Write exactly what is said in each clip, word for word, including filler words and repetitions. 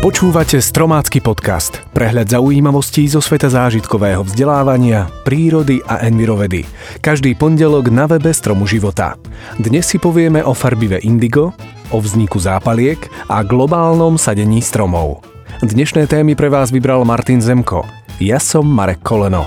Počúvate Stromácky podcast, prehľad zaujímavostí zo sveta zážitkového vzdelávania, prírody a envirovedy. Každý pondelok na webe Stromu života. Dnes si povieme o farbive indigo, o vzniku zápaliek a globálnom sadení stromov. Dnešné témy pre vás vybral Martin Zemko. Ja som Marek Koleno.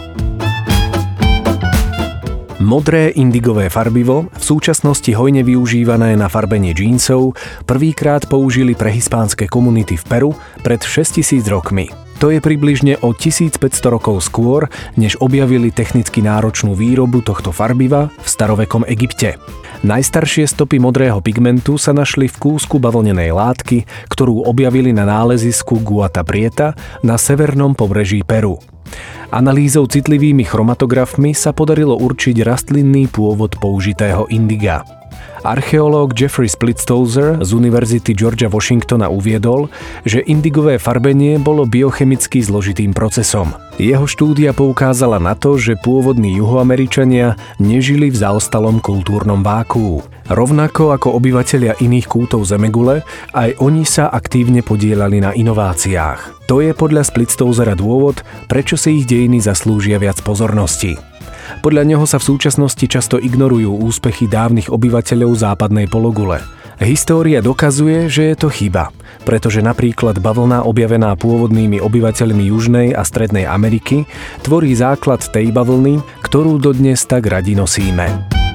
Modré indigové farbivo, v súčasnosti hojne využívané na farbenie džínsov, prvýkrát použili prehispánske komunity v Peru pred šesťtisíc rokmi. To je približne o tisícpäťsto rokov skôr, než objavili technicky náročnú výrobu tohto farbiva v starovekom Egypte. Najstaršie stopy modrého pigmentu sa našli v kúsku bavlnenej látky, ktorú objavili na nálezisku Guata Prieta na severnom pobreží Peru. Analýzou citlivými chromatografmi sa podarilo určiť rastlinný pôvod použitého indiga. Archeológ Jeffrey Splitstozer z Univerzity Georgia Washingtona uviedol, že indigové farbenie bolo biochemicky zložitým procesom. Jeho štúdia poukázala na to, že pôvodní Juhoameričania nežili v zaostalom kultúrnom vákuu. Rovnako ako obyvatelia iných kútov Zemegule, aj oni sa aktívne podieľali na inováciách. To je podľa Splitstozera dôvod, prečo si ich dejiny zaslúžia viac pozornosti. Podľa neho sa v súčasnosti často ignorujú úspechy dávnych obyvateľov západnej pologule. História dokazuje, že je to chyba, pretože napríklad bavlna objavená pôvodnými obyvateľmi Južnej a Strednej Ameriky tvorí základ tej bavlny, ktorú dodnes tak radi nosíme.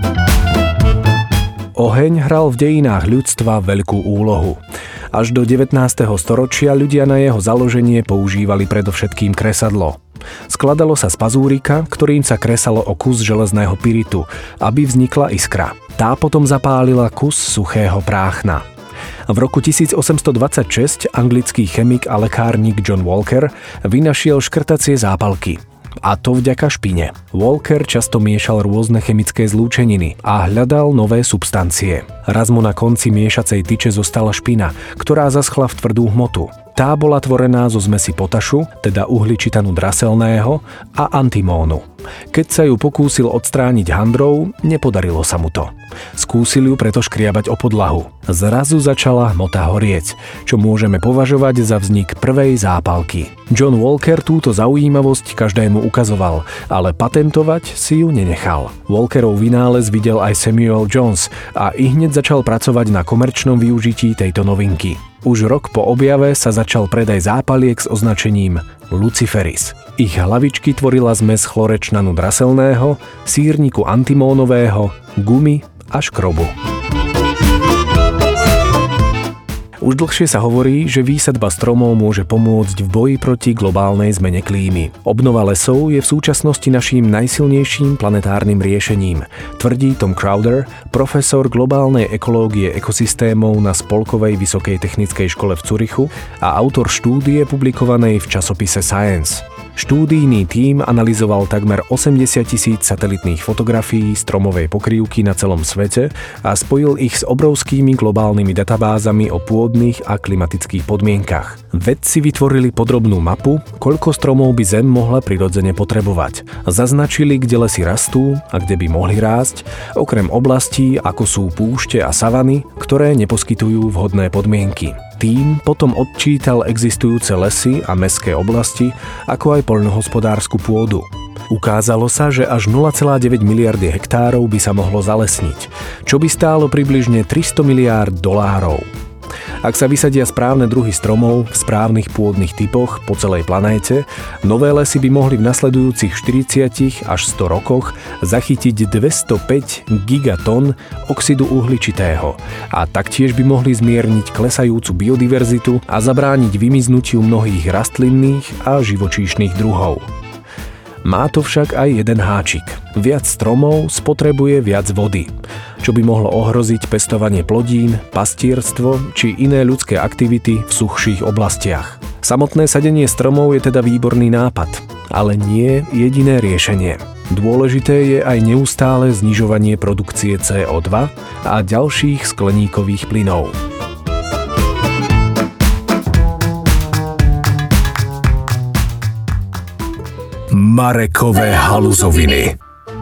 Oheň hral v dejinách ľudstva veľkú úlohu. Až do devätnásteho storočia ľudia na jeho založenie používali predovšetkým kresadlo. Skladalo sa z pazúrika, ktorým sa kresalo o kus železného pyritu, aby vznikla iskra. Tá potom zapálila kus suchého práchna. V roku tisícosemstodvadsaťšesť anglický chemik a lekárnik John Walker vynašiel škrtacie zápalky. A to vďaka špine. Walker často miešal rôzne chemické zlúčeniny a hľadal nové substancie. Raz mu na konci miešacej tyče zostala špina, ktorá zaschla v tvrdú hmotu. Tá bola tvorená zo zmesi potašu, teda uhličitanu draselného a antimónu. Keď sa ju pokúsil odstrániť handrou, nepodarilo sa mu to. Skúsil ju preto škriabať o podlahu. Zrazu začala hmota horieť, čo môžeme považovať za vznik prvej zápalky. John Walker túto zaujímavosť každému ukazoval, ale patentovať si ju nenechal. Walkerov vynález videl aj Samuel Jones a ihneď začal pracovať na komerčnom využití tejto novinky. Už rok po objave sa začal predaj zápaliek s označením Luciferis. Ich hlavičky tvorila zmes chlorečnanu draselného, sírniku antimónového, gumy a škrobu. Už dlhšie sa hovorí, že výsadba stromov môže pomôcť v boji proti globálnej zmene klímy. Obnova lesov je v súčasnosti naším najsilnejším planetárnym riešením, tvrdí Tom Crowder, profesor globálnej ekológie ekosystémov na Spolkovej vysokej technickej škole v Curychu a autor štúdie publikovanej v časopise Science. Štúdijný tím analyzoval takmer osemdesiattisíc satelitných fotografií stromovej pokrývky na celom svete a spojil ich s obrovskými globálnymi databázami o pôdnych a klimatických podmienkach. Vedci vytvorili podrobnú mapu, koľko stromov by Zem mohla prirodzene potrebovať. Zaznačili, kde lesy rastú a kde by mohli rásť, okrem oblastí, ako sú púšte a savany, ktoré neposkytujú vhodné podmienky. Tím potom odčítal existujúce lesy a mestské oblasti, ako aj poľnohospodársku pôdu. Ukázalo sa, že až nula celá deväť miliardy hektárov by sa mohlo zalesniť, čo by stálo približne tristo miliárd dolárov. Ak sa vysadia správne druhy stromov v správnych pôdnych typoch po celej planéte, nové lesy by mohli v nasledujúcich štyridsať až sto rokoch zachytiť dvestopäť gigatón oxidu uhličitého a taktiež by mohli zmierniť klesajúcu biodiverzitu a zabrániť vymiznutiu mnohých rastlinných a živočíšnych druhov. Má to však aj jeden háčik. Viac stromov spotrebuje viac vody, čo by mohlo ohroziť pestovanie plodín, pastierstvo či iné ľudské aktivity v suchších oblastiach. Samotné sadenie stromov je teda výborný nápad, ale nie jediné riešenie. Dôležité je aj neustále znižovanie produkcie cé ó dva a ďalších skleníkových plynov. Marekové haluzoviny.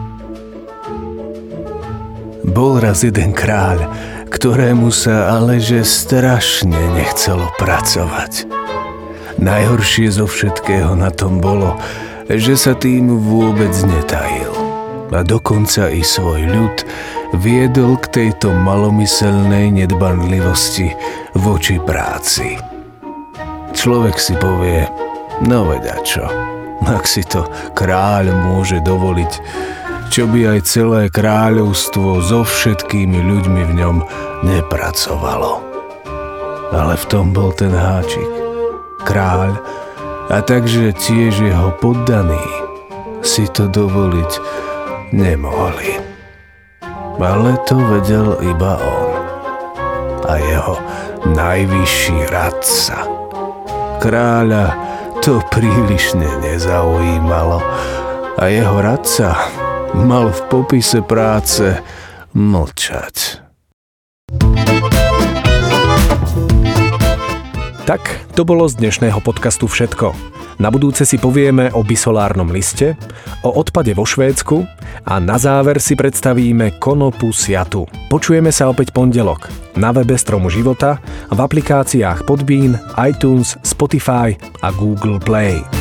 Bol raz jeden kráľ, ktorému sa ale že strašne nechcelo pracovať. Najhoršie zo všetkého na tom bolo, že sa tým vôbec netajil. A dokonca i svoj ľud viedol k tejto malomyselnej nedbanlivosti voči práci. Človek si povie, no veď a čo, ak si to kráľ môže dovoliť, čo by aj celé kráľovstvo so všetkými ľuďmi v ňom nepracovalo. Ale v tom bol ten háčik. Kráľ, a takže tiež jeho poddaní si to dovoliť nemohli. Ale to vedel iba on a jeho najvyšší radca. Kráľa to prílišne nezaujímalo a jeho radca mal v popise práce mlčať. Tak, to bolo z dnešného podcastu všetko. Na budúce si povieme o bisolárnom liste, o odpade vo Švédsku a na záver si predstavíme konopu siatu. Počujeme sa opäť pondelok na webe Stromu života, v aplikáciách Podbean, iTunes, Spotify a Google Play.